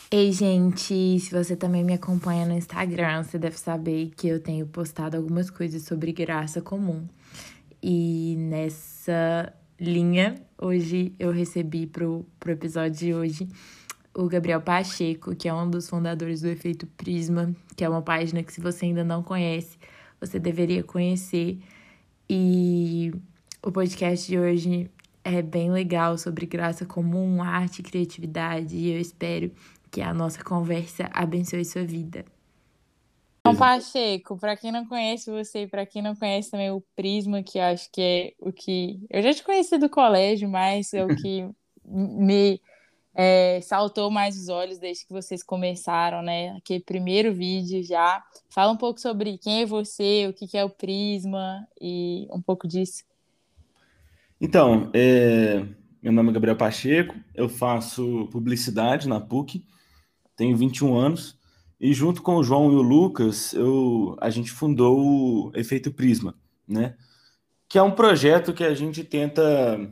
Ei, gente, se você também me acompanha no Instagram, você deve saber que eu tenho postado algumas coisas sobre graça comum. E nessa linha, hoje eu recebi pro episódio de hoje o Gabriel Pacheco, que é um dos fundadores do Efeito Prisma, que é uma página que, se você ainda não conhece, você deveria conhecer. E o podcast de hoje é bem legal, sobre graça comum, arte e criatividade, e eu espero que a nossa conversa abençoe sua vida. Então, Pacheco, para quem não conhece você e para quem não conhece também o Prisma, que acho que é o que eu já te conheci do colégio, mas é o que me saltou mais os olhos desde que vocês começaram, né? Aquele primeiro vídeo já. Fala um pouco sobre quem é você, o que que é o Prisma e um pouco disso. Então, meu nome é Gabriel Pacheco, eu faço publicidade na PUC, tenho 21 anos, e junto com o João e o Lucas, a gente fundou o Efeito Prisma, né? Que é um projeto que a gente tenta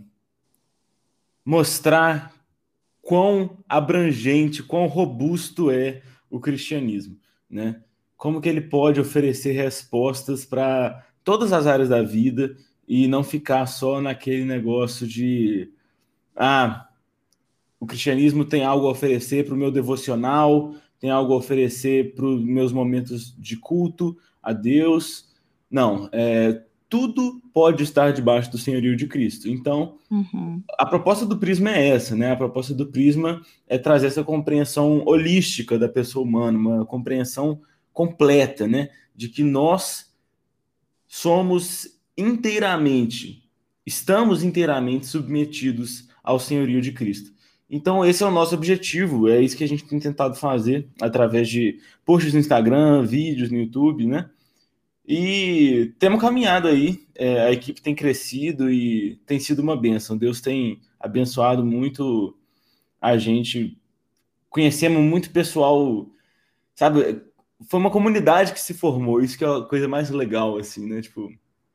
mostrar quão abrangente, quão robusto é o cristianismo, né? Como que ele pode oferecer respostas para todas as áreas da vida e não ficar só naquele negócio de ah, o cristianismo tem algo a oferecer para o meu devocional, tem algo a oferecer para os meus momentos de culto a Deus. Não, tudo pode estar debaixo do senhorio de Cristo. Então, Uhum. a proposta do Prisma é essa, né? A proposta do Prisma é trazer essa compreensão holística da pessoa humana, uma compreensão completa, né? De que nós somos inteiramente, estamos inteiramente submetidos ao senhorio de Cristo. Então, esse é o nosso objetivo, é isso que a gente tem tentado fazer através de posts no Instagram, vídeos no YouTube, né? E temos caminhado aí, a equipe tem crescido e tem sido uma bênção. Deus tem abençoado muito a gente. Conhecemos muito pessoal, sabe? Foi uma comunidade que se formou, isso que é a coisa mais legal, assim, né? Tipo,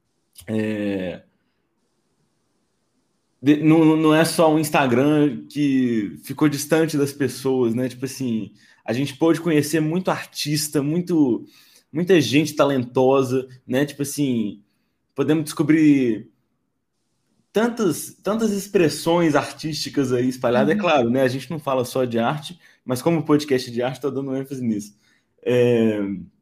não é só um Instagram que ficou distante das pessoas, né? Tipo assim, a gente pôde conhecer muito artista, muita gente talentosa, né? Tipo assim, podemos descobrir tantas expressões artísticas aí espalhadas. É Uhum. claro, né? A gente não fala só de arte, mas como podcast de arte, está dando ênfase nisso. É,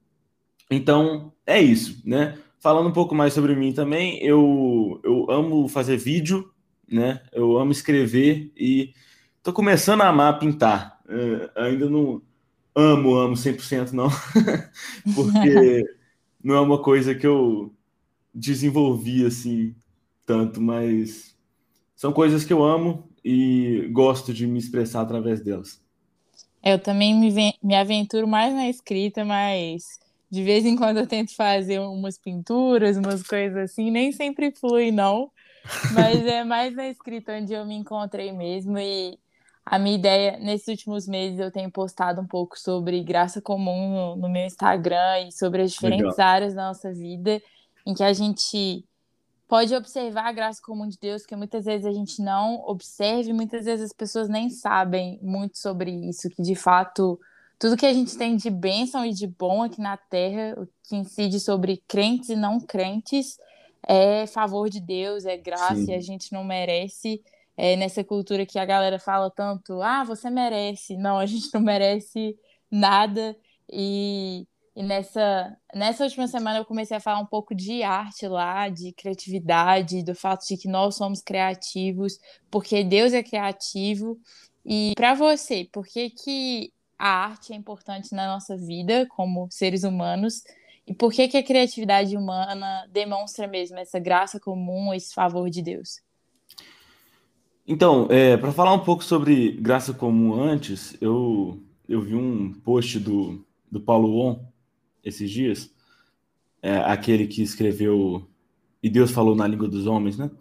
então, é isso, né? Falando um pouco mais sobre mim também, eu amo fazer vídeo, né? Eu amo escrever e tô começando a amar pintar. Ainda não amo 100% não, porque não é uma coisa que eu desenvolvi assim tanto, mas são coisas que eu amo e gosto de me expressar através delas. Eu também me aventuro mais na escrita, mas de vez em quando eu tento fazer umas pinturas, umas coisas assim, nem sempre flui, não. Mas é mais na escrita onde eu me encontrei mesmo. E a minha ideia, nesses últimos meses, eu tenho postado um pouco sobre graça comum no meu Instagram e sobre as diferentes Legal. áreas da nossa vida em que a gente pode observar a graça comum de Deus, que muitas vezes a gente não observa, e muitas vezes as pessoas nem sabem muito sobre isso, que de fato tudo que a gente tem de bênção e de bom aqui na Terra, o que incide sobre crentes e não crentes, é favor de Deus, é graça, e a Sim. gente não merece. Nessa cultura que a galera fala tanto, ah, você merece. Não, a gente não merece nada. E nessa última semana eu comecei a falar um pouco de arte lá, de criatividade, do fato de que nós somos criativos, porque Deus é criativo. E para você, por que que a arte é importante na nossa vida como seres humanos? E por que que a criatividade humana demonstra mesmo essa graça comum, esse favor de Deus? Então, para falar um pouco sobre graça comum antes, eu vi um post do Paulo On esses dias, aquele que escreveu E Deus Falou na Língua dos Homens, né?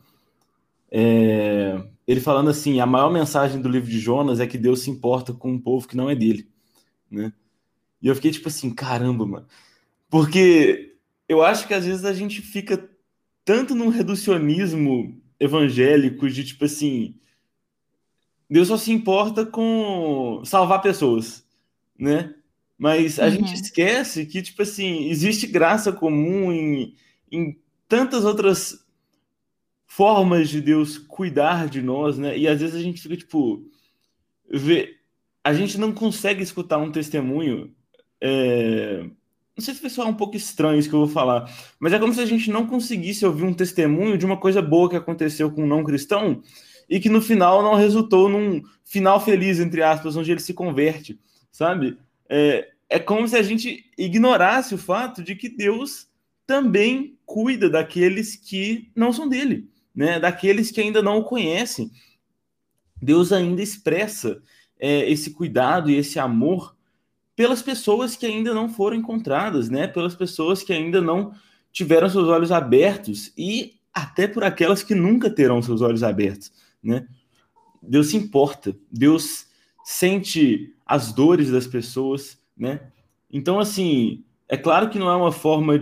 Ele falando assim: a maior mensagem do livro de Jonas é que Deus se importa com um povo que não é dele, né? E eu fiquei tipo assim: caramba, mano. Porque eu acho que às vezes a gente fica tanto num reducionismo evangélico de tipo assim. Deus só se importa com salvar pessoas. né? Mas a gente Uhum. esquece que, tipo assim, existe graça comum em tantas outras formas de Deus cuidar de nós, né? E às vezes a gente fica, tipo, vê, a gente não consegue escutar um testemunho. Não sei se vai soar um pouco estranho isso que eu vou falar, mas é como se a gente não conseguisse ouvir um testemunho de uma coisa boa que aconteceu com um não cristão e que no final não resultou num final feliz, entre aspas, onde ele se converte, sabe? É como se a gente ignorasse o fato de que Deus também cuida daqueles que não são dele, né? Daqueles que ainda não o conhecem. Deus ainda expressa esse cuidado e esse amor pelas pessoas que ainda não foram encontradas, né? Pelas pessoas que ainda não tiveram seus olhos abertos e até por aquelas que nunca terão seus olhos abertos, né? Deus se importa, Deus sente as dores das pessoas, né? Então, assim, é claro que não é uma forma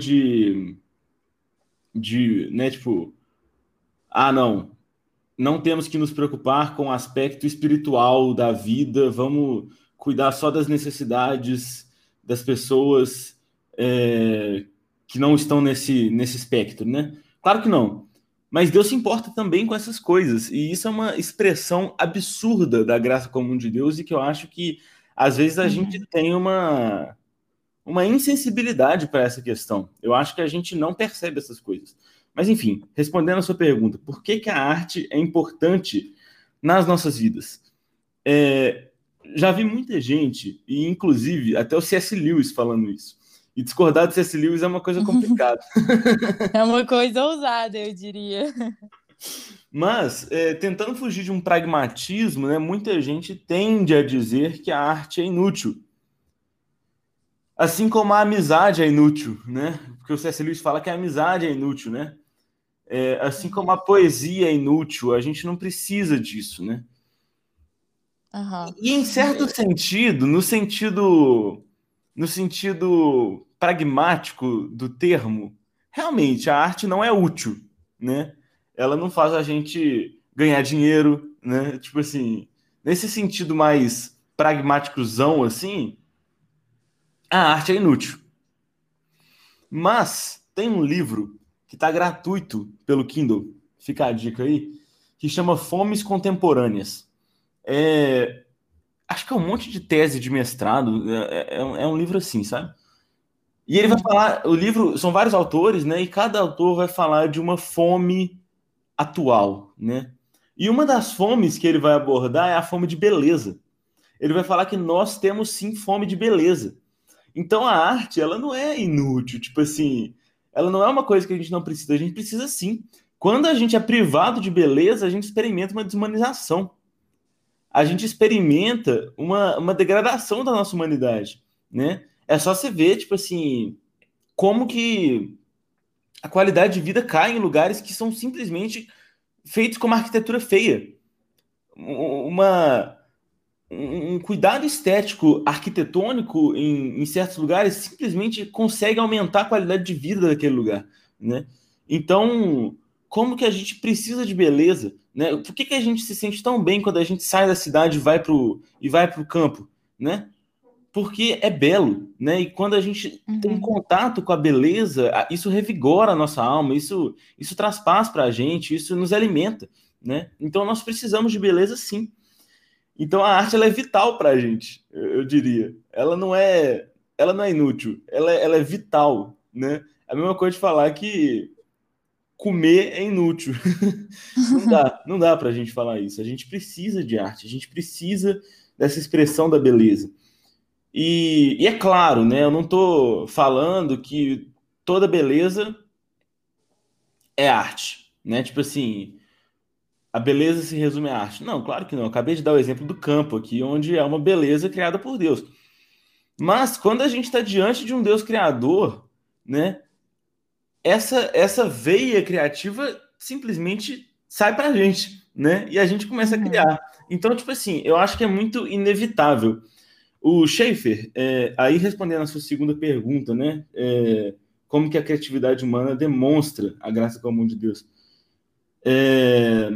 né, tipo, não, não temos que nos preocupar com o aspecto espiritual da vida, vamos cuidar só das necessidades das pessoas que não estão nesse espectro, né? Claro que não. Mas Deus se importa também com essas coisas, e isso é uma expressão absurda da graça comum de Deus, e que eu acho que às vezes a gente Uhum. tem uma insensibilidade para essa questão. Eu acho que a gente não percebe essas coisas. Mas, enfim, respondendo a sua pergunta, por que que a arte é importante nas nossas vidas? É, já vi muita gente, e inclusive até o C.S. Lewis falando isso. E discordar do C.S. Lewis é uma coisa complicada. É uma coisa ousada, eu diria. Mas, tentando fugir de um pragmatismo, né, muita gente tende a dizer que a arte é inútil. Assim como a amizade é inútil, né? Porque o C.S. Lewis fala que a amizade é inútil, né? Assim como a Uhum. poesia é inútil, a gente não precisa disso, né? Aham. E em certo É, sentido, no sentido pragmático do termo, realmente a arte não é útil, né? Ela não faz a gente ganhar dinheiro, né? Tipo assim, nesse sentido mais pragmáticozão assim, a arte é inútil. Mas tem um livro que está gratuito pelo Kindle, fica a dica aí, que chama Fomes Contemporâneas. É, acho que é um monte de tese de mestrado, é um livro assim, sabe? E ele vai uhum. falar, o livro, são vários autores, né? E cada autor vai falar de uma fome atual, né? E uma das fomes que ele vai abordar é a fome de beleza. Ele vai falar que nós temos sim fome de beleza. Então a arte, ela não é inútil, tipo assim, ela não é uma coisa que a gente precisa sim. Quando a gente é privado de beleza, a gente experimenta uma desumanização. A gente experimenta uma degradação da nossa humanidade, né? É só você ver, tipo assim, como que a qualidade de vida cai em lugares que são simplesmente feitos com uma arquitetura feia. Uma, um cuidado estético arquitetônico em certos lugares simplesmente consegue aumentar a qualidade de vida daquele lugar, né? Então, como que a gente precisa de beleza, né? Por que que a gente se sente tão bem quando a gente sai da cidade e vai pro campo, né? Porque é belo, né? E quando a gente tem Uhum. contato com a beleza, isso revigora a nossa alma, isso traz paz para a gente, isso nos alimenta, né? Então nós precisamos de beleza, sim. Então a arte ela é vital para a gente, eu diria. Ela não é inútil, ela é vital, né? É a mesma coisa de falar que comer é inútil. Não dá para a gente falar isso. A gente precisa de arte, a gente precisa dessa expressão da beleza. E é claro, né? Eu não estou falando que toda beleza é arte, né? Tipo assim, a beleza se resume à arte. Não, claro que não. Eu acabei de dar o exemplo do campo aqui, onde é uma beleza criada por Deus. Mas quando a gente está diante de um Deus criador, né? Essa veia criativa simplesmente sai pra gente, né? E a gente começa a Uhum. criar. Então, tipo assim, eu acho que é muito inevitável. O Schaefer, aí respondendo a sua segunda pergunta, né? Como que a criatividade humana demonstra a graça comum de Deus? É,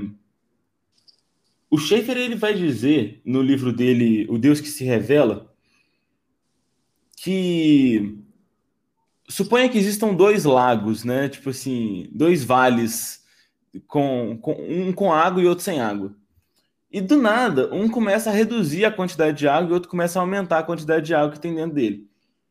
o Schaefer ele vai dizer no livro dele, O Deus que se Revela, que suponha que existam dois lagos, né? Tipo assim, dois vales um com água e outro sem água. E do nada, um começa a reduzir a quantidade de água e o outro começa a aumentar a quantidade de água que tem dentro dele.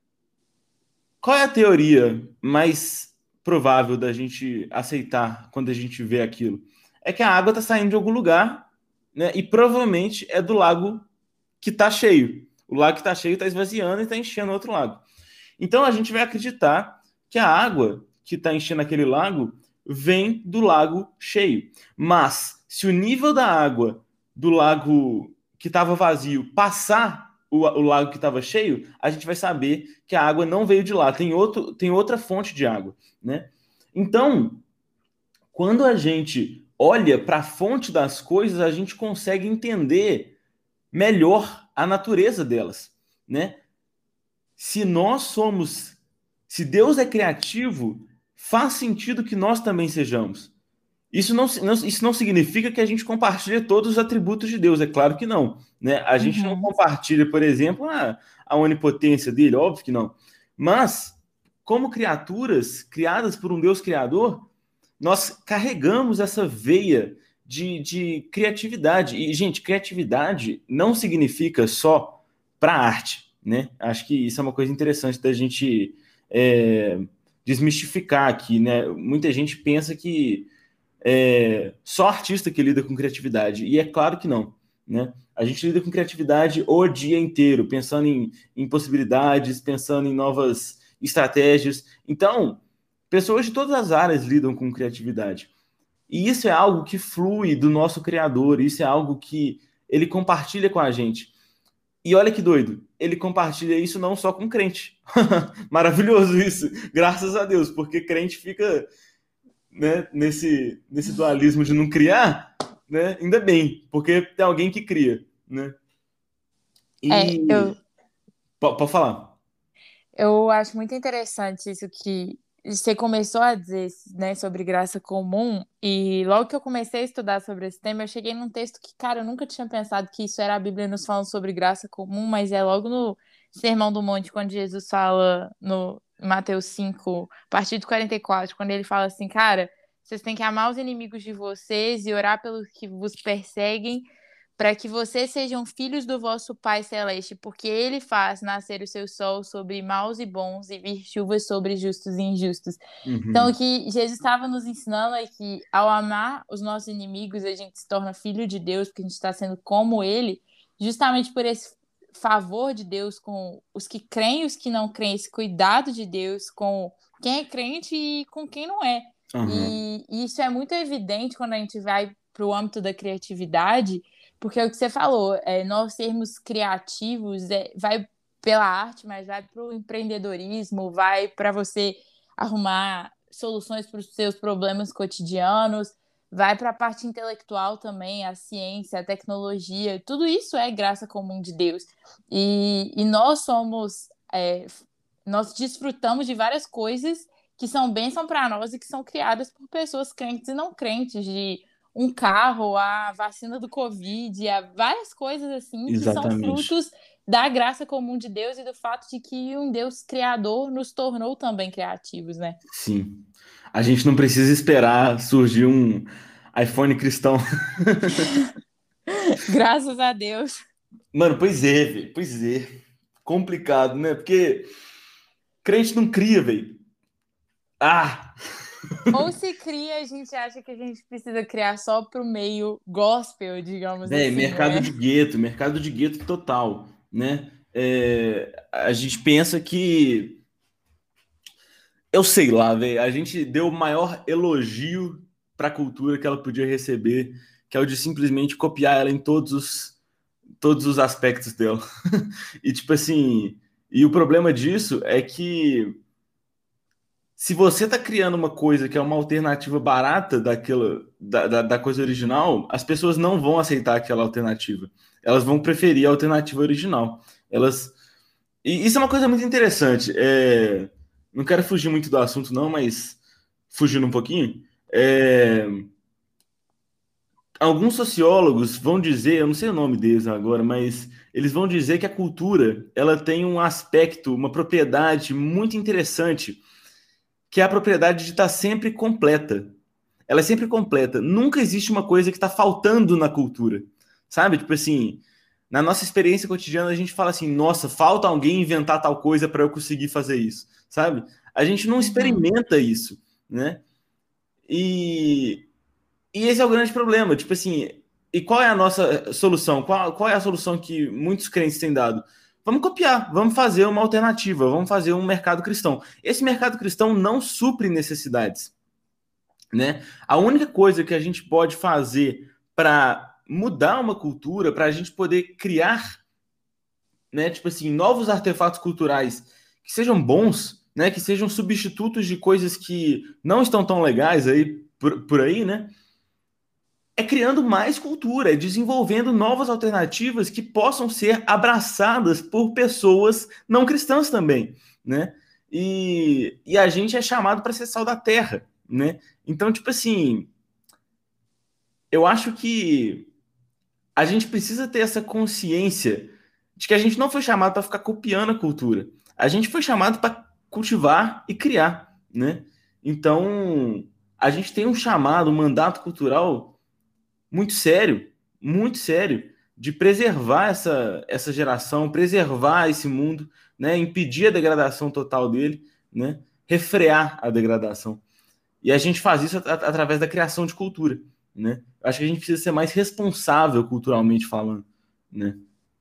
Qual é a teoria mais provável da gente aceitar quando a gente vê aquilo? É que a água está saindo de algum lugar, né? E provavelmente é do lago que está cheio. O lago que está cheio está esvaziando e está enchendo outro lago. Então a gente vai acreditar que a água que está enchendo aquele lago vem do lago cheio. Mas se o nível da água do lago que estava vazio passar o lago que estava cheio, a gente vai saber que a água não veio de lá, tem outra fonte de água, né? Então, quando a gente olha para a fonte das coisas, a gente consegue entender melhor a natureza delas, né? Se nós somos, se Deus é criativo, faz sentido que nós também sejamos. Isso não significa que a gente compartilha todos os atributos de Deus, é claro que não, né? A gente não Uhum. compartilha, por exemplo, a onipotência dele, óbvio que não. Mas, como criaturas criadas por um Deus criador, nós carregamos essa veia de criatividade. E, gente, criatividade não significa só para arte, né? Acho que isso é uma coisa interessante da gente desmistificar aqui, né? Muita gente pensa que só artista que lida com criatividade, e é claro que não, né? A gente lida com criatividade o dia inteiro, pensando em possibilidades, pensando em novas estratégias. Então, pessoas de todas as áreas lidam com criatividade. E isso é algo que flui do nosso Criador, isso é algo que ele compartilha com a gente. E olha que doido, ele compartilha isso não só com crente. Maravilhoso isso, graças a Deus, porque crente fica, né, nesse dualismo de não criar, né? Ainda bem, porque tem alguém que cria, né? É, E pode falar. eu acho muito interessante isso que você começou a dizer, né, sobre graça comum, e logo que eu comecei a estudar sobre esse tema, eu cheguei num texto que, cara, eu nunca tinha pensado que isso era a Bíblia nos falando sobre graça comum, mas é logo no Sermão do Monte, quando Jesus fala no Mateus 5, a partir do 44, quando ele fala assim, cara, vocês têm que amar os inimigos de vocês e orar pelos que vos perseguem, para que vocês sejam filhos do vosso Pai Celeste, porque Ele faz nascer o seu sol sobre maus e bons e vir chuvas sobre justos e injustos. Então, o Uhum. que Jesus estava nos ensinando é que, ao amar os nossos inimigos, a gente se torna filho de Deus, porque a gente está sendo como Ele, justamente por esse favor de Deus com os que creem e os que não creem, esse cuidado de Deus com quem é crente e com quem não é. Uhum. E isso é muito evidente quando a gente vai para o âmbito da criatividade, porque é o que você falou, nós sermos criativos vai pela arte, mas vai para o empreendedorismo, vai para você arrumar soluções para os seus problemas cotidianos, vai para a parte intelectual também, a ciência, a tecnologia, tudo isso é graça comum de Deus. E nós somos, nós desfrutamos de várias coisas que são bênção para nós e que são criadas por pessoas crentes e não crentes, de um carro, a vacina do Covid, a várias coisas assim que são Exatamente. frutos da graça comum de Deus e do fato de que um Deus criador nos tornou também criativos, né? Sim. A gente não precisa esperar surgir um iPhone cristão. Graças a Deus. Mano, pois é, velho. Pois é. Complicado, né? Porque crente não cria, velho. Ah! Ou se cria, a gente acha que a gente precisa criar só pro meio gospel, digamos Véi, assim, né? mercado de gueto total, né? A gente pensa que, eu sei lá, velho, a gente deu o maior elogio para a cultura que ela podia receber, que é o de simplesmente copiar ela em todos os aspectos dela. E tipo assim, e o problema disso é que se você está criando uma coisa que é uma alternativa barata da coisa original, as pessoas não vão aceitar aquela alternativa. Elas vão preferir a alternativa original. Elas. E isso é uma coisa muito interessante. Não quero fugir muito do assunto, não, mas fugindo um pouquinho. é, Alguns sociólogos vão dizer, eu não sei o nome deles agora, mas eles vão dizer que a cultura ela tem um aspecto, uma propriedade muito interessante, que é a propriedade de estar sempre completa. Ela é sempre completa. Nunca existe uma coisa que está faltando na cultura, sabe? Tipo assim, na nossa experiência cotidiana a gente fala assim, nossa, falta alguém inventar tal coisa para eu conseguir fazer isso, sabe? A gente não Uhum. experimenta isso, né? E, e esse é o grande problema. Tipo assim, e qual é a nossa solução? Qual é a solução que muitos crentes têm dado? Vamos copiar, vamos fazer uma alternativa, vamos fazer um mercado cristão. Esse mercado cristão não supre necessidades, né? A única coisa que a gente pode fazer para mudar uma cultura, para a gente poder criar, né, tipo assim, novos artefatos culturais que sejam bons, né, que sejam substitutos de coisas que não estão tão legais aí por aí, né? É criando mais cultura, é desenvolvendo novas alternativas que possam ser abraçadas por pessoas não cristãs também, né? E a gente é chamado para ser sal da terra, né? Então, tipo assim, eu acho que a gente precisa ter essa consciência de que a gente não foi chamado para ficar copiando a cultura. A gente foi chamado para cultivar e criar, né? Então, a gente tem um chamado, um mandato cultural muito sério, de preservar essa geração, preservar esse mundo, né? Impedir a degradação total dele, né? Refrear a degradação. E a gente faz isso através da criação de cultura, né? Eu acho que a gente precisa ser mais responsável culturalmente falando, né?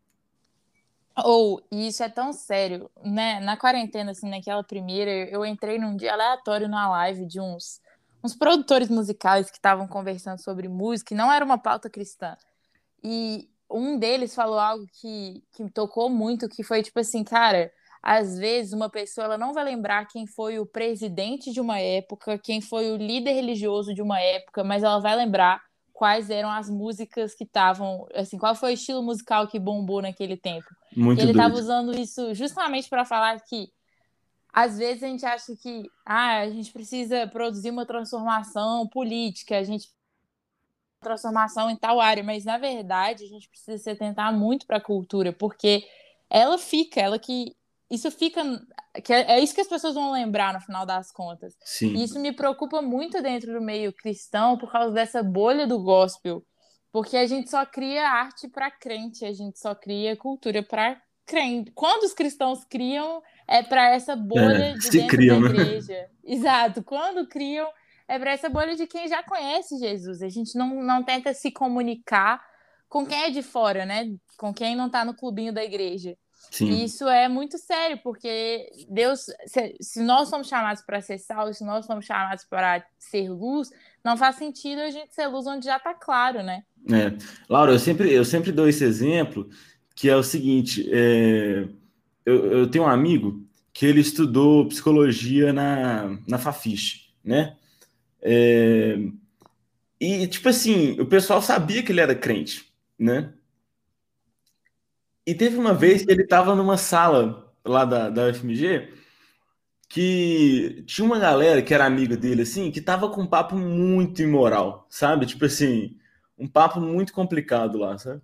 Ou, e isso é tão sério, né? Na quarentena, assim, naquela primeira, eu entrei num dia aleatório numa live de uns produtores musicais que estavam conversando sobre música, e não era uma pauta cristã. E um deles falou algo que me tocou muito, que foi tipo assim, cara, às vezes uma pessoa ela não vai lembrar quem foi o presidente de uma época, quem foi o líder religioso de uma época, mas ela vai lembrar quais eram as músicas que estavam, assim, qual foi o estilo musical que bombou naquele tempo. E Muito ele estava doido. usando isso justamente para falar que às vezes a gente acha que a gente precisa produzir uma transformação política, a gente transformação em tal área, mas na verdade a gente precisa se atentar muito para a cultura, porque ela fica, ela que isso fica, que é isso que as pessoas vão lembrar no final das contas. E Sim. isso me preocupa muito dentro do meio cristão por causa dessa bolha do gospel, porque a gente só cria arte para crente, a gente só cria cultura para crente. Quando os cristãos criam é para essa bolha de Se dentro da criam, né? igreja. Exato, quando criam é para essa bolha de quem já conhece Jesus. A gente não tenta se comunicar com quem é de fora, né? Com quem não está no clubinho da igreja. E Sim. isso é muito sério, porque Deus, se nós somos chamados para ser sal, se nós somos chamados para ser luz, não faz sentido a gente ser luz onde já está claro, né? É. Laura, eu sempre dou esse exemplo, que é o seguinte, eu tenho um amigo que ele estudou psicologia na Fafiche, né? É, e, tipo assim, o pessoal sabia que ele era crente, né? E teve uma vez que Uhum. ele estava numa sala lá da UFMG que tinha uma galera que era amiga dele, assim, que tava com um papo muito imoral, sabe? Tipo assim, um papo muito complicado lá, sabe?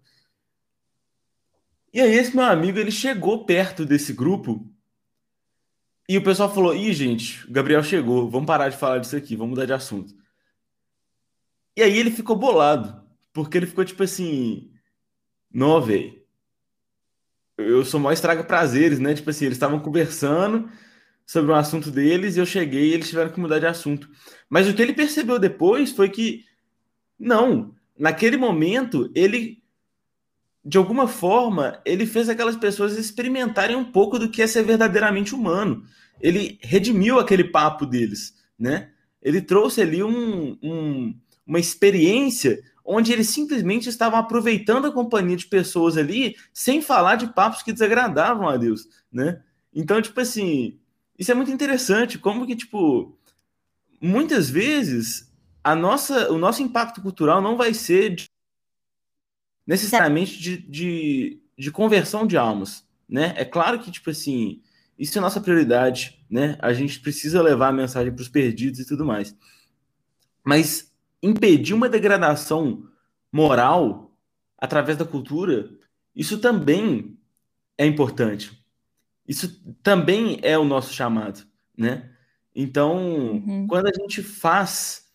E aí esse meu amigo, ele chegou perto desse grupo e o pessoal falou, ih, gente, o Gabriel chegou, vamos parar de falar disso aqui, vamos mudar de assunto. E aí ele ficou bolado, porque ele ficou tipo assim, não, velho, eu sou mó estraga prazeres, né? Tipo assim, eles estavam conversando sobre um assunto deles e eu cheguei e eles tiveram que mudar de assunto. Mas o que ele percebeu depois foi que, não, naquele momento, ele, de alguma forma, ele fez aquelas pessoas experimentarem um pouco do que é ser verdadeiramente humano. Ele redimiu aquele papo deles, né? Ele trouxe ali uma experiência onde eles simplesmente estavam aproveitando a companhia de pessoas ali sem falar de papos que desagradavam a Deus, né? Então, tipo assim, isso é muito interessante, como que, tipo, muitas vezes o nosso impacto cultural não vai ser necessariamente de conversão de almas, né? É claro que, tipo assim, isso é nossa prioridade, né? A gente precisa levar a mensagem para os perdidos e tudo mais. Mas impedir uma degradação moral através da cultura, isso também é importante. Isso também é o nosso chamado, né? Então, Uhum. quando a gente faz.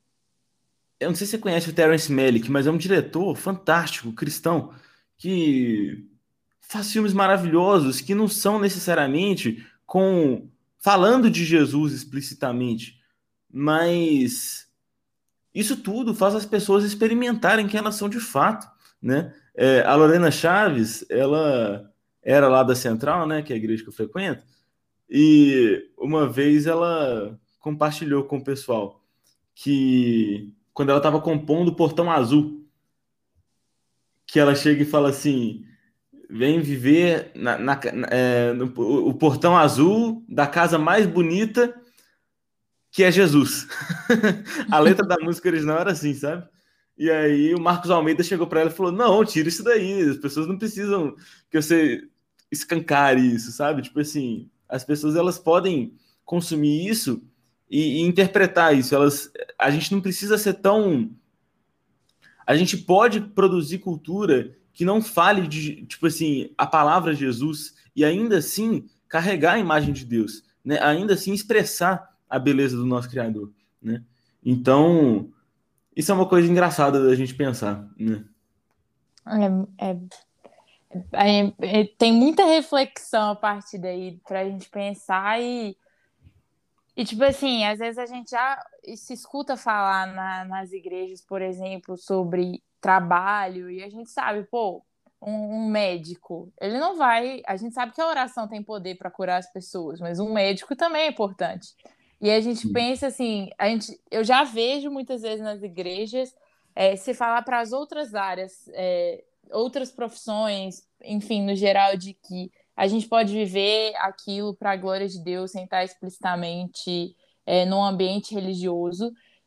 Eu não sei se você conhece o Terence Malick, mas é um diretor fantástico, cristão, que faz filmes maravilhosos que não são necessariamente com falando de Jesus explicitamente, mas isso tudo faz as pessoas experimentarem quem elas são de fato, né? A Lorena Chaves, ela era lá da Central, né, que é a igreja que eu frequento, e uma vez ela compartilhou com o pessoal que quando ela estava compondo o Portão Azul, que ela chega e fala assim: vem viver no o portão azul da casa mais bonita que é Jesus. A letra da música original era assim, sabe? E aí o Marcos Almeida chegou para ela e falou: não, tira isso daí, as pessoas não precisam que você escancare isso, sabe? Tipo assim, as pessoas elas podem consumir isso e interpretar isso. A gente não precisa ser tão. A gente pode produzir cultura que não fale de, tipo assim, a palavra Jesus e ainda assim carregar a imagem de Deus, né? Ainda assim expressar a beleza do nosso Criador, né? Então, isso é uma coisa engraçada da gente pensar, né? É, é, tem muita reflexão a partir daí pra gente pensar e tipo assim, às vezes a gente já se escuta falar nas igrejas, por exemplo, sobre trabalho, e a gente sabe, pô, um médico, ele não vai. A gente sabe que a oração tem poder para curar as pessoas, mas um médico também é importante. E a gente pensa assim, eu já vejo muitas vezes nas igrejas se falar para as outras áreas, outras profissões, enfim, no geral, de que a gente pode viver aquilo para a glória de Deus sem estar explicitamente num ambiente religioso,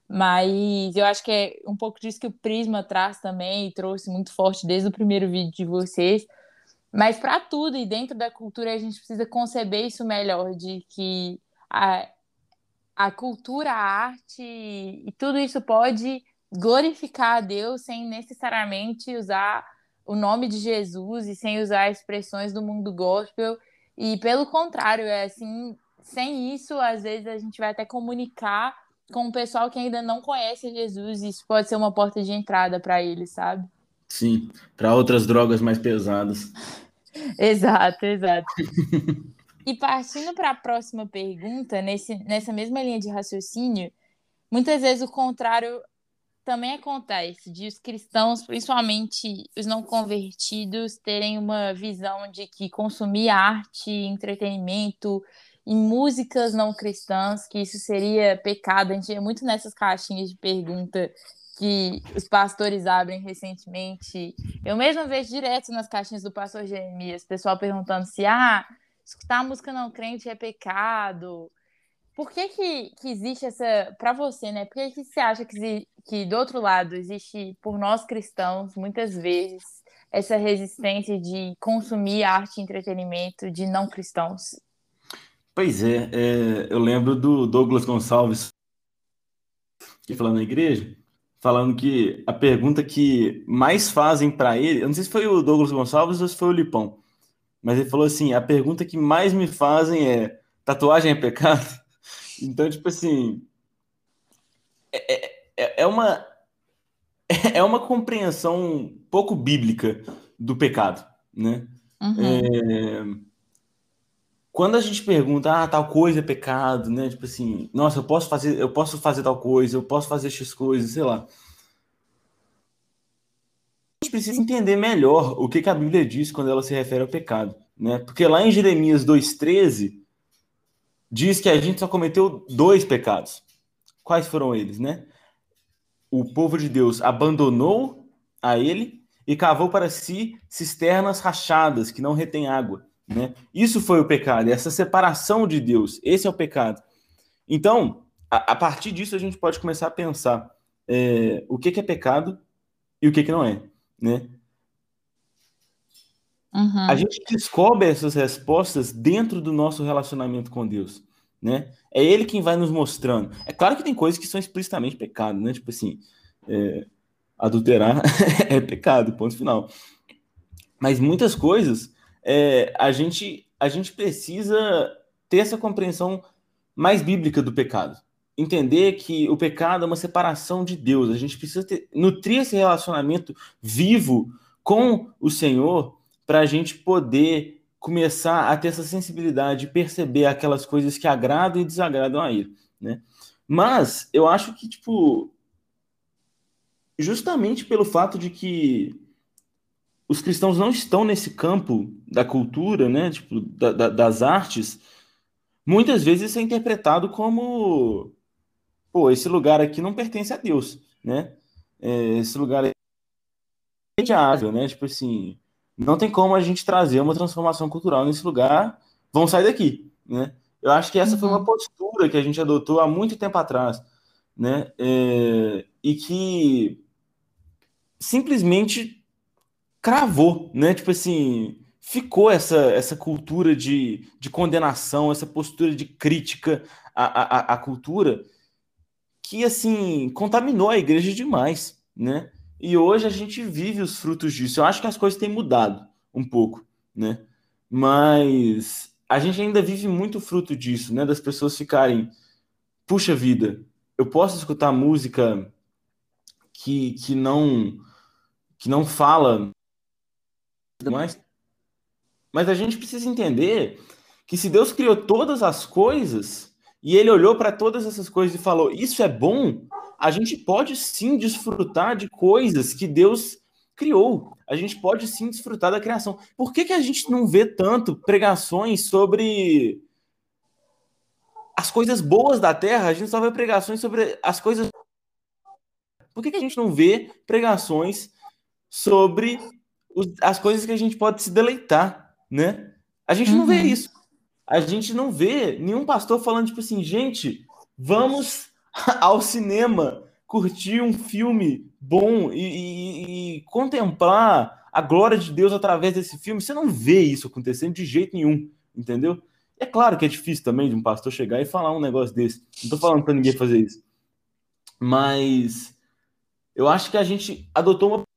mas eu acho que é um pouco disso que o Prisma traz também e trouxe muito forte desde o primeiro vídeo de vocês. Mas para tudo e dentro da cultura a gente precisa conceber isso melhor, de que a, a cultura, a arte e tudo isso pode glorificar a Deus sem necessariamente usar o nome de Jesus e sem usar expressões do mundo gospel. E pelo contrário, é assim, sem isso, às vezes a gente vai até comunicar com o pessoal que ainda não conhece Jesus, e isso pode ser uma porta de entrada para eles, sabe? Sim, para outras drogas mais pesadas. Exato, exato. E partindo para a próxima pergunta, nessa mesma linha de raciocínio, muitas vezes o contrário também acontece de os cristãos, principalmente os não convertidos, terem uma visão de que consumir arte, entretenimento e músicas não cristãs, que isso seria pecado. A gente vê muito nessas caixinhas de pergunta que os pastores abrem recentemente. Eu mesma vejo direto nas caixinhas do pastor Jeremias, pessoal perguntando se escutar música não crente é pecado. Por que existe essa, para você, né? Por que você acha que do outro lado existe, por nós cristãos, muitas vezes, essa resistência de consumir arte e entretenimento de não cristãos? Pois eu lembro do Douglas Gonçalves que falando na igreja, falando que a pergunta que mais fazem para ele, eu não sei se foi o Douglas Gonçalves ou se foi o Lipão, mas ele falou assim: a pergunta que mais me fazem é: tatuagem é pecado? Então, tipo assim, é uma, é uma compreensão pouco bíblica do pecado, né? Uhum. É, quando a gente pergunta, tal coisa é pecado, né? Tipo assim, nossa, eu posso fazer tal coisa, eu posso fazer X coisas, sei lá. A gente precisa entender melhor o que que a Bíblia diz quando ela se refere ao pecado, né? Porque lá em Jeremias 2,13 diz que a gente só cometeu dois pecados. Quais foram eles, né? O povo de Deus abandonou a ele e cavou para si cisternas rachadas que não retêm água, né? Isso foi o pecado, essa separação de Deus. Esse é o pecado. Então, a partir disso a gente pode começar a pensar o que que é pecado e o que que não é, né? A Uhum. gente descobre essas respostas dentro do nosso relacionamento com Deus, né? É Ele quem vai nos mostrando. É claro que tem coisas que são explicitamente pecado, né? Tipo assim, adulterar é pecado, ponto final. Mas muitas coisas a gente precisa ter essa compreensão mais bíblica do pecado. Entender que o pecado é uma separação de Deus. A gente precisa nutrir esse relacionamento vivo com o Senhor para a gente poder começar a ter essa sensibilidade de perceber aquelas coisas que agradam e desagradam a Ele, né? Mas eu acho que, tipo, justamente pelo fato de que os cristãos não estão nesse campo da cultura, né? Tipo, das artes, muitas vezes isso é interpretado como, pô, esse lugar aqui não pertence a Deus, né? Esse lugar é inadiável, né? Tipo assim, não tem como a gente trazer uma transformação cultural nesse lugar, vão sair daqui, né? Eu acho que essa foi uma Uhum, postura que a gente adotou há muito tempo atrás, né? E que simplesmente cravou, né? Tipo assim, ficou essa cultura de condenação, essa postura de crítica à cultura que, assim, contaminou a igreja demais, né? E hoje a gente vive os frutos disso. Eu acho que as coisas têm mudado um pouco, né? Mas a gente ainda vive muito fruto disso, né? Das pessoas ficarem, puxa vida, eu posso escutar música que, que não que não fala mais, mas a gente precisa entender que se Deus criou todas as coisas e ele olhou para todas essas coisas e falou: "Isso é bom", a gente pode sim desfrutar de coisas que Deus criou. A gente pode sim desfrutar da criação. Por que que a gente não vê tanto pregações sobre as coisas boas da terra? A gente só vê pregações sobre as coisas. Por que que a gente não vê pregações sobre as coisas que a gente pode se deleitar, né? A gente não vê uhum. isso. A gente não vê nenhum pastor falando, tipo assim, gente, vamos ao cinema, curtir um filme bom e contemplar a glória de Deus através desse filme. Você não vê isso acontecendo de jeito nenhum, entendeu? É claro que é difícil também de um pastor chegar e falar um negócio desse. Não tô falando para ninguém fazer isso. Mas eu acho que a gente adotou uma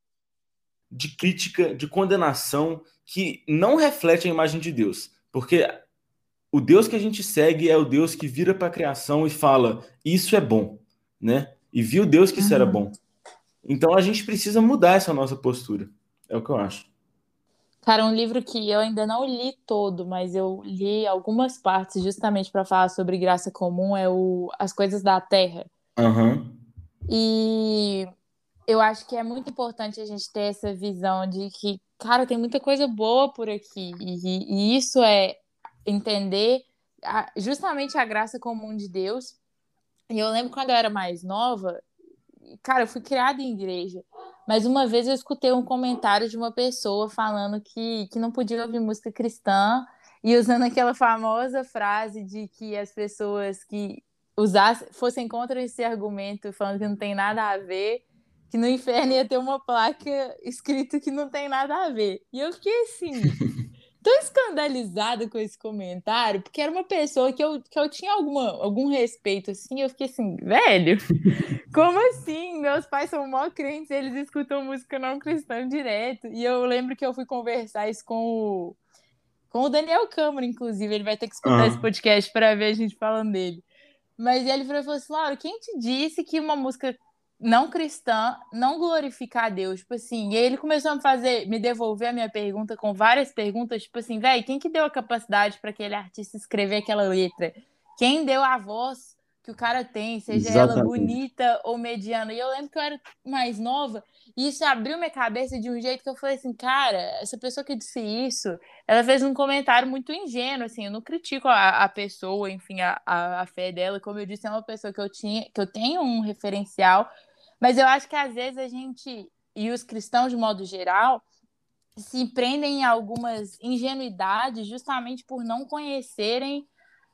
de crítica, de condenação que não reflete a imagem de Deus. Porque o Deus que a gente segue é o Deus que vira para a criação e fala: "Isso é bom", né? E viu Deus que isso era Uhum. bom. Então a gente precisa mudar essa nossa postura. É o que eu acho. Cara, um livro que eu ainda não li todo, mas eu li algumas partes justamente para falar sobre graça comum, é o As Coisas da Terra. Aham. E eu acho que é muito importante a gente ter essa visão de que, cara, tem muita coisa boa por aqui. E isso é entender justamente a graça comum de Deus. E eu lembro quando eu era mais nova, cara, eu fui criada em igreja. Mas uma vez eu escutei um comentário de uma pessoa falando que não podia ouvir música cristã e usando aquela famosa frase de que as pessoas que fossem contra esse argumento, falando que não tem nada a ver, que no inferno ia ter uma placa escrito que não tem nada a ver. E eu fiquei assim, tão escandalizada com esse comentário, porque era uma pessoa que eu tinha algum respeito, assim, eu fiquei assim, velho. Como assim? Meus pais são mó crentes, eles escutam música não cristã direto. E eu lembro que eu fui conversar isso com o Daniel Câmara, inclusive. Ele vai ter que escutar esse Aham. podcast para ver a gente falando dele. Mas ele falou assim: Laura, quem te disse que uma música não cristã não glorifica a Deus? Tipo assim, e aí ele começou a me devolver a minha pergunta com várias perguntas, tipo assim, velho, quem que deu a capacidade para aquele artista escrever aquela letra? Quem deu a voz que o cara tem, seja ela Exatamente. bonita ou mediana? E eu lembro que eu era mais nova e isso abriu minha cabeça de um jeito que eu falei assim, cara, essa pessoa que disse isso, ela fez um comentário muito ingênuo, assim, eu não critico a pessoa, enfim, a fé dela, como eu disse, é uma pessoa que eu tenho um referencial, mas eu acho que às vezes a gente, e os cristãos de modo geral, se prendem em algumas ingenuidades justamente por não conhecerem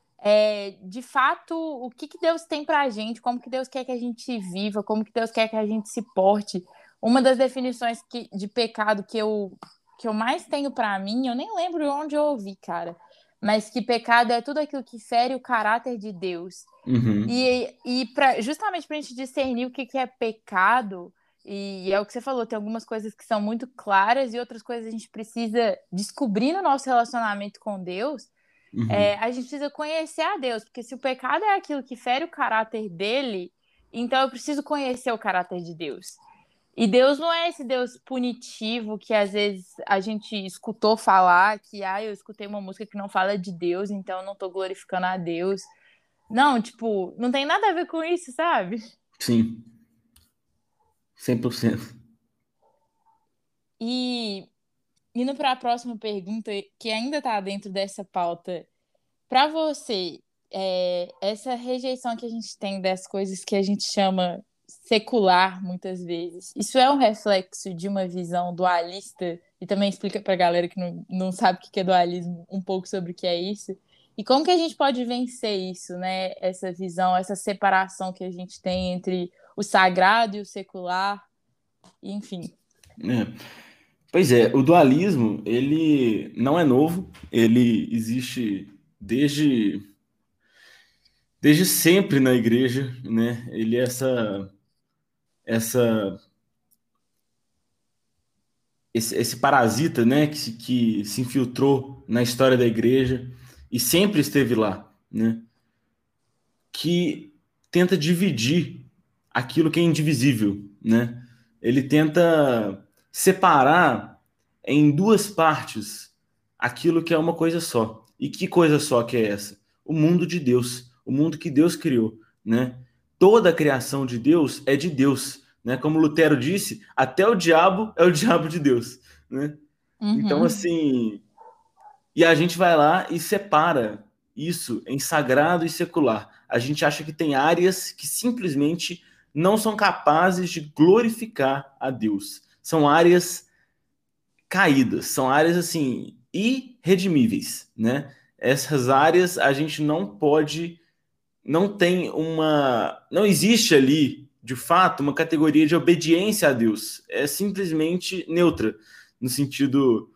de fato o que Deus tem pra gente, como que Deus quer que a gente viva, como que Deus quer que a gente se porte. Uma das definições de pecado que eu mais tenho pra mim, eu nem lembro onde eu ouvi, cara, mas que pecado é tudo aquilo que fere o caráter de Deus. Uhum. Justamente para a gente discernir o que é pecado, E é o que você falou, tem algumas coisas que são muito claras e outras coisas a gente precisa descobrir no nosso relacionamento com Deus. Uhum. A gente precisa conhecer a Deus, porque se o pecado é aquilo que fere o caráter dele, então eu preciso conhecer o caráter de Deus. E Deus não é esse Deus punitivo que às vezes a gente escutou falar que eu escutei uma música que não fala de Deus, então eu não tô glorificando a Deus. Não, tipo, não tem nada a ver com isso, sabe? Sim, 100%. E indo para a próxima pergunta, que ainda está dentro dessa pauta, para você, essa rejeição que a gente tem das coisas que a gente chama secular, muitas vezes, isso é um reflexo de uma visão dualista? E também explica para a galera que não sabe o que é dualismo, um pouco sobre o que é isso. E como que a gente pode vencer isso, né? Essa visão, essa separação que a gente tem entre o sagrado e o secular, enfim. É. Pois é, o dualismo, ele não é novo, ele existe desde, desde sempre na igreja, né? Ele é essa, esse parasita, né, que se infiltrou na história da igreja e sempre esteve lá, né? Que tenta dividir aquilo que é indivisível, né? Ele tenta separar em duas partes aquilo que é uma coisa só. E que coisa só que é essa? O mundo de Deus, o mundo que Deus criou, né? Toda a criação de Deus é de Deus, né? Como Lutero disse, até o diabo é o diabo de Deus, né? Então, Uhum. assim, e a gente vai lá e separa isso em sagrado e secular. A gente acha que tem áreas que simplesmente não são capazes de glorificar a Deus. São áreas caídas, são áreas assim irredimíveis, né? Essas áreas a gente não pode, não existe ali, de fato, uma categoria de obediência a Deus. É simplesmente neutra no sentido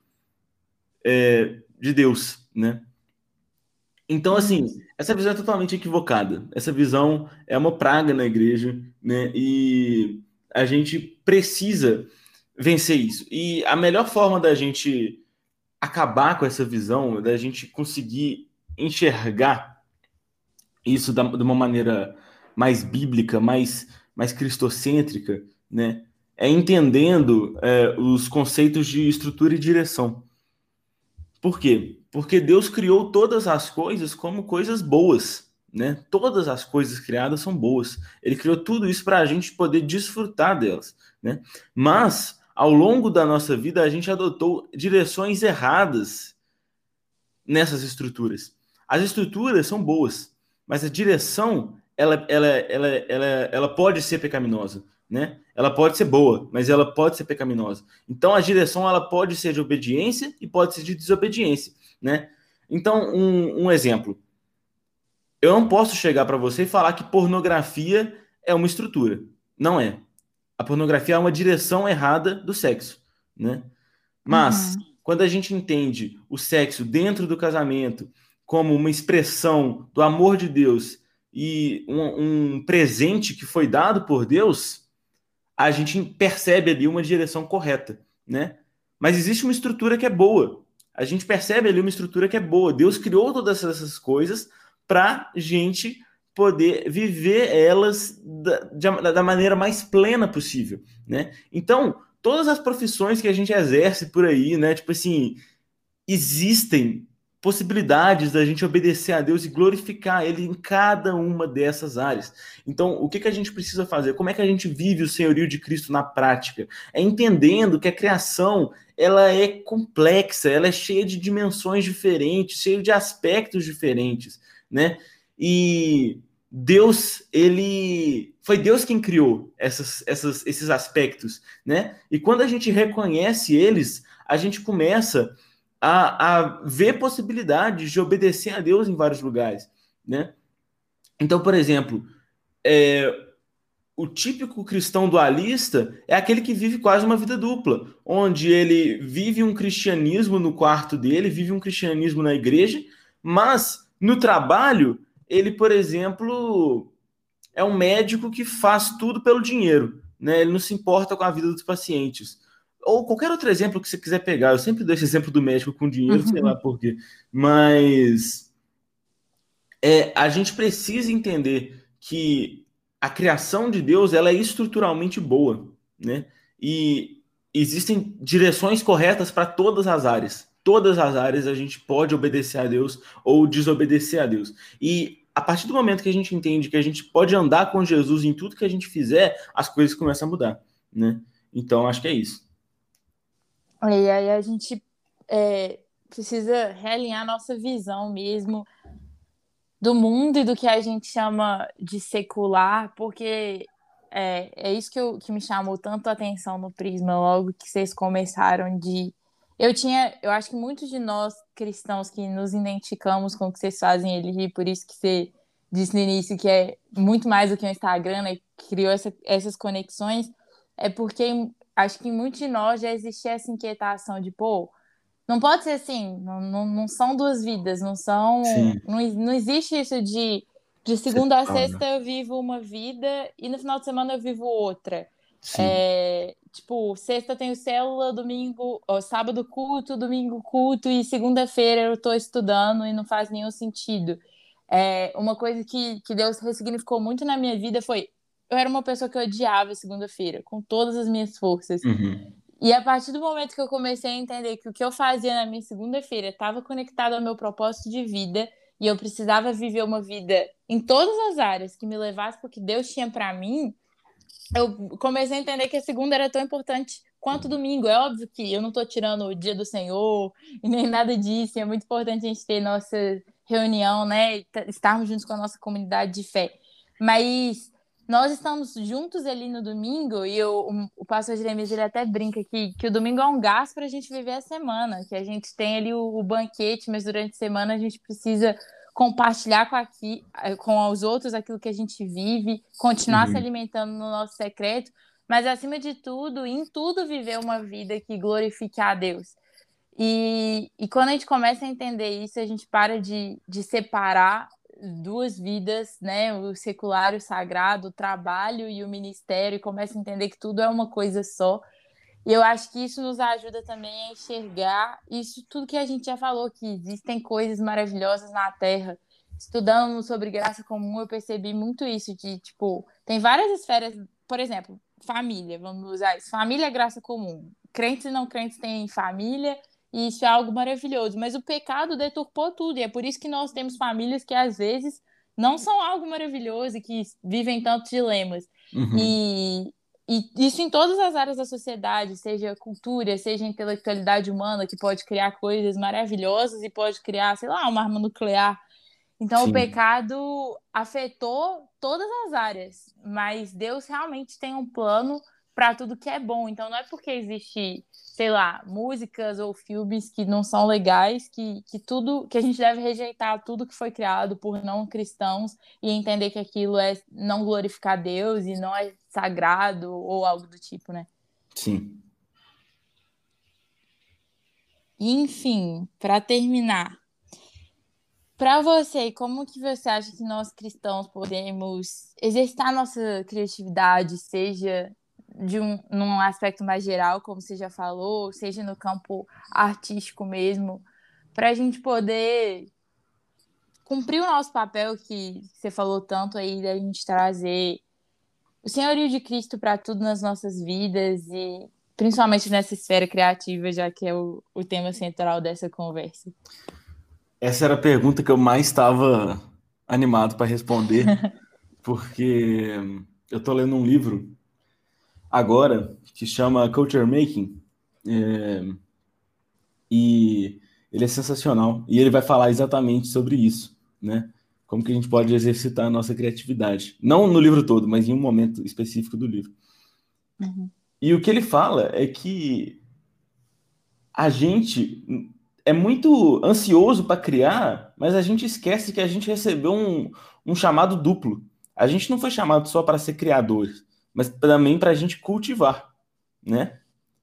de Deus, né? Então, Uhum. assim, essa visão é totalmente equivocada. Essa visão é uma praga na igreja, né? E a gente precisa vencer isso. E a melhor forma da gente acabar com essa visão, da gente conseguir enxergar isso de uma maneira mais bíblica, mais cristocêntrica, né? É entendendo os conceitos de estrutura e direção. Por quê? Porque Deus criou todas as coisas como coisas boas, né? Todas as coisas criadas são boas. Ele criou tudo isso para a gente poder desfrutar delas, né? Mas ao longo da nossa vida a gente adotou direções erradas nessas estruturas. As estruturas são boas, mas a direção ela pode ser pecaminosa, né? Ela pode ser boa, mas ela pode ser pecaminosa. Então a direção ela pode ser de obediência e pode ser de desobediência, né? Então um exemplo, eu não posso chegar para você e falar que pornografia é uma estrutura. Não é. A pornografia é uma direção errada do sexo, né? Mas, Uhum. quando a gente entende o sexo dentro do casamento como uma expressão do amor de Deus e um presente que foi dado por Deus, a gente percebe ali uma direção correta, né? Mas existe uma estrutura que é boa. A gente percebe ali uma estrutura que é boa. Deus criou todas essas coisas para a gente poder viver elas da maneira mais plena possível, né? Então, todas as profissões que a gente exerce por aí, né? Tipo assim, existem possibilidades da gente obedecer a Deus e glorificar Ele em cada uma dessas áreas. Então, o que que a gente precisa fazer? Como é que a gente vive o senhorio de Cristo na prática? É entendendo que a criação ela é complexa, ela é cheia de dimensões diferentes, cheia de aspectos diferentes, né? E Deus, ele foi Deus quem criou esses aspectos, né? E quando a gente reconhece eles, a gente começa a ver possibilidades de obedecer a Deus em vários lugares, né? Então, por exemplo, o típico cristão dualista é aquele que vive quase uma vida dupla, onde ele vive um cristianismo no quarto dele, vive um cristianismo na igreja, mas no trabalho ele, por exemplo, é um médico que faz tudo pelo dinheiro, né? Ele não se importa com a vida dos pacientes. Ou qualquer outro exemplo que você quiser pegar. Eu sempre dou esse exemplo do médico com dinheiro, sei lá por quê. Mas a gente precisa entender que a criação de Deus ela é estruturalmente boa, né? E existem direções corretas para todas as áreas. Todas as áreas a gente pode obedecer a Deus ou desobedecer a Deus. E a partir do momento que a gente entende que a gente pode andar com Jesus em tudo que a gente fizer, as coisas começam a mudar, né? Então acho que é isso. E aí a gente precisa realinhar a nossa visão mesmo do mundo e do que a gente chama de secular, porque é isso que me chamou tanto a atenção no Prisma, logo que vocês começaram de. Eu acho que muitos de nós cristãos que nos identificamos com o que vocês fazem ali, por isso que você disse no início que é muito mais do que um Instagram, né? Criou essas conexões, é porque acho que em muitos de nós já existia essa inquietação de, pô, não pode ser assim, não são duas vidas, Sim, não existe isso de segunda a separa. sexta eu vivo uma vida e no final de semana eu vivo outra. Sim. Tipo, sexta tenho célula, domingo, ó, sábado culto, domingo culto e segunda-feira eu tô estudando e não faz nenhum sentido. Uma coisa que Deus ressignificou muito na minha vida foi, eu era uma pessoa que odiava segunda-feira, com todas as minhas forças. Uhum. E a partir do momento que eu comecei a entender que o que eu fazia na minha segunda-feira estava conectado ao meu propósito de vida e eu precisava viver uma vida em todas as áreas que me levasse para o que Deus tinha para mim, eu comecei a entender que a segunda era tão importante quanto o domingo. É óbvio que eu não estou tirando o dia do Senhor e nem nada disso. É muito importante a gente ter nossa reunião, né? Estarmos juntos com a nossa comunidade de fé. Mas nós estamos juntos ali no domingo e o pastor Jeremias ele até brinca que o domingo é um gás para a gente viver a semana, que a gente tem ali o banquete, mas durante a semana a gente precisa compartilhar com os outros aquilo que a gente vive, continuar se Uhum. alimentando no nosso secreto, mas acima de tudo, em tudo viver uma vida que glorifique a Deus. E quando a gente começa a entender isso, a gente para de separar duas vidas, né? O secular e o sagrado, o trabalho e o ministério, e começa a entender que tudo é uma coisa só. E eu acho que isso nos ajuda também a enxergar isso tudo que a gente já falou, que existem coisas maravilhosas na Terra. Estudando sobre graça comum, eu percebi muito isso, de, tipo, tem várias esferas, por exemplo, família, vamos usar isso. Família é graça comum. Crentes e não crentes têm família, e isso é algo maravilhoso. Mas o pecado deturpou tudo, e é por isso que nós temos famílias que, às vezes, não são algo maravilhoso e que vivem tantos dilemas. Uhum. E, e isso em todas as áreas da sociedade, seja cultura, seja intelectualidade humana, que pode criar coisas maravilhosas e pode criar, sei lá, uma arma nuclear. Então, o Sim. pecado afetou todas as áreas, mas Deus realmente tem um plano para tudo que é bom. Então, não é porque existe, sei lá, músicas ou filmes que não são legais que tudo que a gente deve rejeitar tudo que foi criado por não cristãos e entender que aquilo é não glorificar Deus e não é sagrado ou algo do tipo, né? Sim. E, enfim, para terminar, para você, como que você acha que nós cristãos podemos exercitar nossa criatividade, seja num aspecto mais geral, como você já falou, seja no campo artístico mesmo, para a gente poder cumprir o nosso papel que você falou tanto aí da gente trazer o senhorio de Cristo para tudo nas nossas vidas e principalmente nessa esfera criativa, já que é o tema central dessa conversa. Essa era a pergunta que eu mais estava animado para responder, porque eu estou lendo um livro agora que chama Culture Making, é, e ele é sensacional. E ele vai falar exatamente sobre isso, né? Como que a gente pode exercitar a nossa criatividade. Não no livro todo, mas em um momento específico do livro. Uhum. E o que ele fala é que a gente é muito ansioso para criar, mas a gente esquece que a gente recebeu um chamado duplo. A gente não foi chamado só para ser criador, mas também para a gente cultivar, né?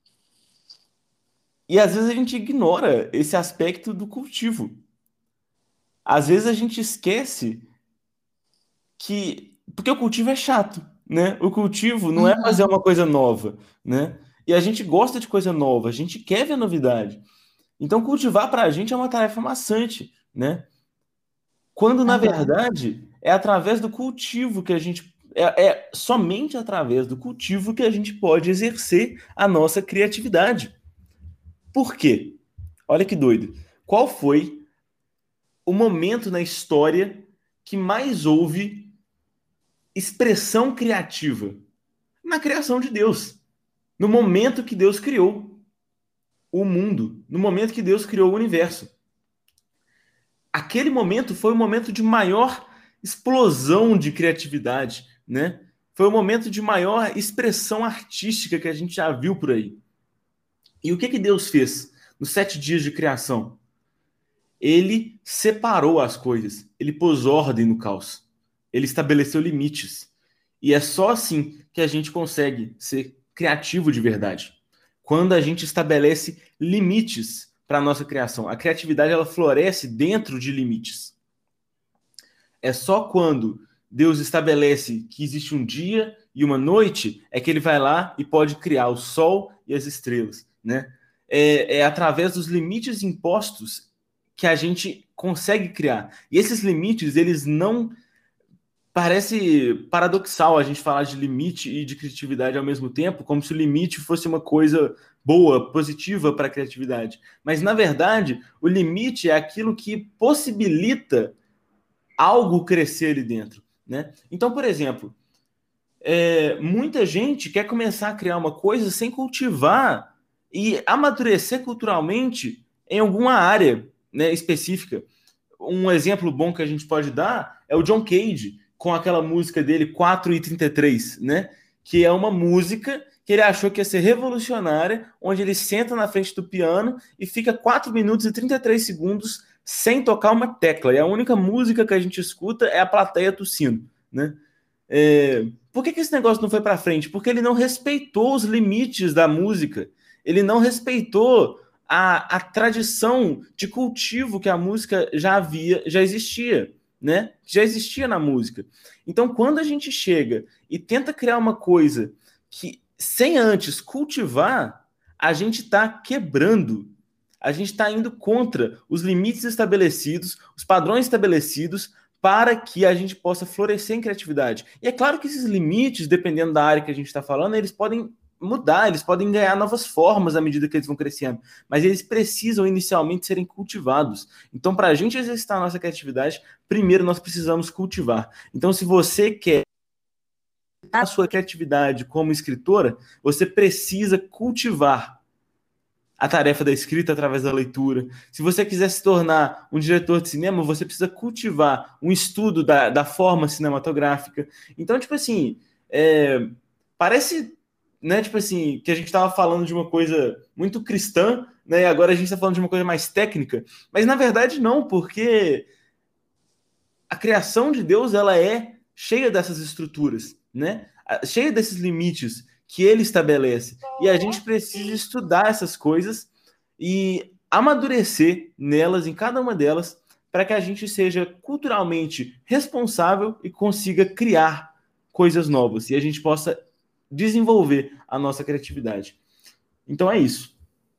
E às vezes a gente ignora esse aspecto do cultivo. Às vezes a gente esquece que. Porque o cultivo é chato, né? O cultivo não é fazer Uhum. uma coisa nova, né? E a gente gosta de coisa nova, a gente quer ver novidade. Então, cultivar para a gente é uma tarefa maçante, né? Quando, na Aham. verdade, é através do cultivo que a gente. É somente através do cultivo que a gente pode exercer a nossa criatividade. Por quê? Olha que doido. Qual foi o momento na história que mais houve expressão criativa? Na criação de Deus. No momento que Deus criou o mundo, no momento que Deus criou o universo. Aquele momento foi o momento de maior explosão de criatividade, né? Foi o momento de maior expressão artística que a gente já viu por aí. E o que que Deus fez nos 7 dias de criação? Ele separou as coisas, ele pôs ordem no caos, ele estabeleceu limites. E é só assim que a gente consegue ser criativo de verdade. Quando a gente estabelece limites para a nossa criação. A criatividade ela floresce dentro de limites. É só quando Deus estabelece que existe um dia e uma noite é que ele vai lá e pode criar o sol e as estrelas, né? É através dos limites impostos que a gente consegue criar. E esses limites, eles não. Parece paradoxal a gente falar de limite e de criatividade ao mesmo tempo, como se o limite fosse uma coisa boa, positiva para a criatividade. Mas, na verdade, o limite é aquilo que possibilita algo crescer ali dentro, né? Então, por exemplo, muita gente quer começar a criar uma coisa sem cultivar e amadurecer culturalmente em alguma área, né, específica. Um exemplo bom que a gente pode dar é o John Cage, com aquela música dele 4:33, né? Que é uma música que ele achou que ia ser revolucionária, onde ele senta na frente do piano e fica 4 minutos e 33 segundos sem tocar uma tecla. E a única música que a gente escuta é a plateia tossindo, né? Por que esse negócio não foi para frente? Porque ele não respeitou os limites da música. Ele não respeitou a tradição de cultivo que a música já existia, né? Já existia na música. Então, quando a gente chega e tenta criar uma coisa que, sem antes cultivar, a gente está quebrando. A gente está indo contra os limites estabelecidos, os padrões estabelecidos, para que a gente possa florescer em criatividade. E é claro que esses limites, dependendo da área que a gente está falando, eles podem mudar, eles podem ganhar novas formas à medida que eles vão crescendo, mas eles precisam inicialmente serem cultivados. Então, para a gente exercitar a nossa criatividade, primeiro nós precisamos cultivar. Então, se você quer a sua criatividade como escritora, você precisa cultivar a tarefa da escrita através da leitura. Se você quiser se tornar um diretor de cinema, você precisa cultivar um estudo da forma cinematográfica. Então, tipo assim, parece, né, tipo assim, que a gente estava falando de uma coisa muito cristã, né, e agora a gente está falando de uma coisa mais técnica, mas na verdade não, porque a criação de Deus, ela é cheia dessas estruturas, né, cheia desses limites que ele estabelece. E a gente precisa estudar essas coisas e amadurecer nelas, em cada uma delas, para que a gente seja culturalmente responsável e consiga criar coisas novas e a gente possa desenvolver a nossa criatividade. Então é isso.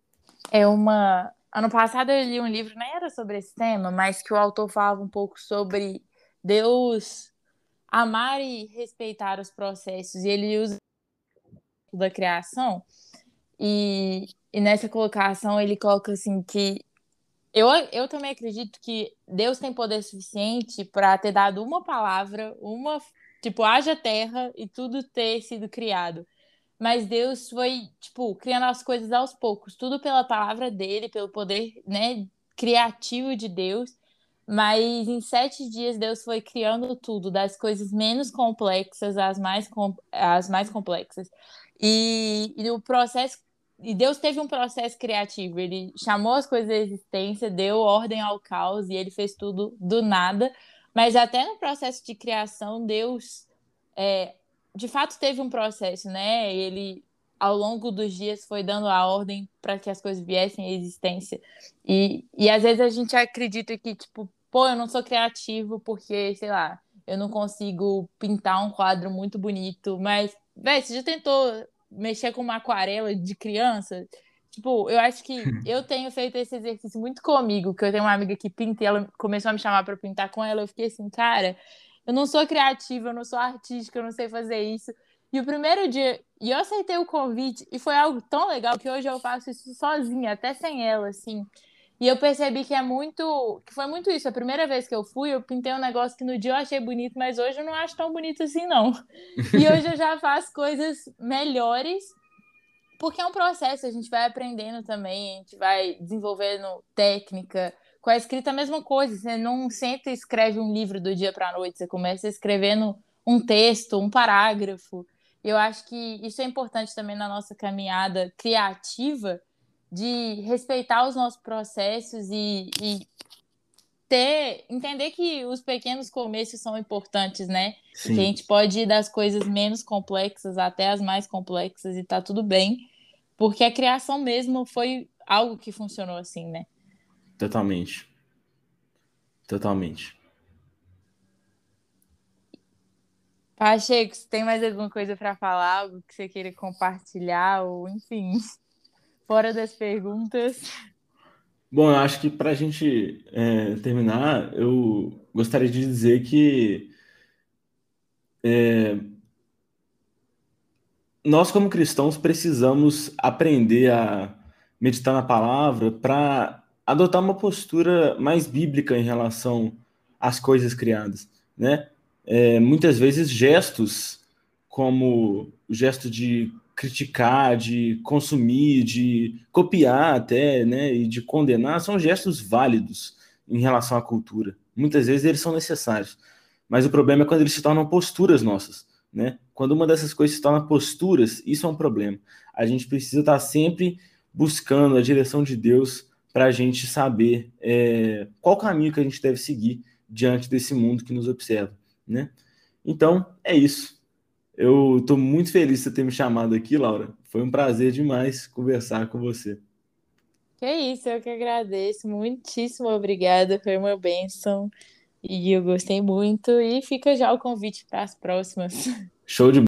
Ano passado eu li um livro, nem era sobre esse tema, mas que o autor falava um pouco sobre Deus amar e respeitar os processos. E ele usa o da criação. E nessa colocação ele coloca assim que eu também acredito que Deus tem poder suficiente para ter dado uma palavra, tipo, haja terra e tudo ter sido criado. Mas Deus foi, tipo, criando as coisas aos poucos, tudo pela palavra dele, pelo poder, né, criativo de Deus. Mas em 7 dias Deus foi criando tudo, das coisas menos complexas às mais complexas. E o processo, e Deus teve um processo criativo. Ele chamou as coisas à existência, deu ordem ao caos e ele fez tudo do nada. Mas até no processo de criação, Deus é, de fato teve um processo, né? Ele, ao longo dos dias, foi dando a ordem para que as coisas viessem à existência. E às vezes a gente acredita que, tipo, pô, eu não sou criativo porque, sei lá, eu não consigo pintar um quadro muito bonito, mas, velho, você já tentou mexer com uma aquarela de criança? Tipo, eu acho que eu tenho feito esse exercício muito comigo, que eu tenho uma amiga que pinta e ela começou a me chamar pra pintar com ela, eu fiquei assim, cara, eu não sou criativa, eu não sou artística, eu não sei fazer isso. E o primeiro dia, e eu aceitei o convite, e foi algo tão legal que hoje eu faço isso sozinha, até sem ela, assim. E eu percebi que que foi muito isso. A primeira vez que eu fui, eu pintei um negócio que no dia eu achei bonito, mas hoje eu não acho tão bonito assim, não. E hoje eu já faço coisas melhores, porque é um processo, a gente vai aprendendo também, a gente vai desenvolvendo técnica. Com a escrita, a mesma coisa. Você não senta e escreve um livro do dia para a noite, você começa escrevendo um texto, um parágrafo. Eu acho que isso é importante também na nossa caminhada criativa, de respeitar os nossos processos e entender que os pequenos começos são importantes, né? E que a Sim, gente pode ir das coisas menos complexas até as mais complexas e tá tudo bem, porque a criação mesmo foi algo que funcionou assim, né? totalmente. Totalmente. Pacheco, você tem mais alguma coisa para falar, algo que você queira compartilhar, ou enfim, fora das perguntas? Bom, eu acho que para a gente terminar, eu gostaria de dizer que nós, como cristãos, precisamos aprender a meditar na palavra para adotar uma postura mais bíblica em relação às coisas criadas, né? Muitas vezes gestos como o gesto de criticar, de consumir, de copiar até, né, e de condenar, são gestos válidos em relação à cultura. Muitas vezes eles são necessários, mas o problema é quando eles se tornam posturas nossas, né? Quando uma dessas coisas se torna posturas, isso é um problema. A gente precisa estar sempre buscando a direção de Deus para a gente saber qual caminho que a gente deve seguir diante desse mundo que nos observa, né? Então, é isso. Eu estou muito feliz de você ter me chamado aqui, Laura. Foi um prazer demais conversar com você. Que isso, eu que agradeço. Muitíssimo obrigada, foi uma bênção. E eu gostei muito. E fica já o convite para as próximas. Show de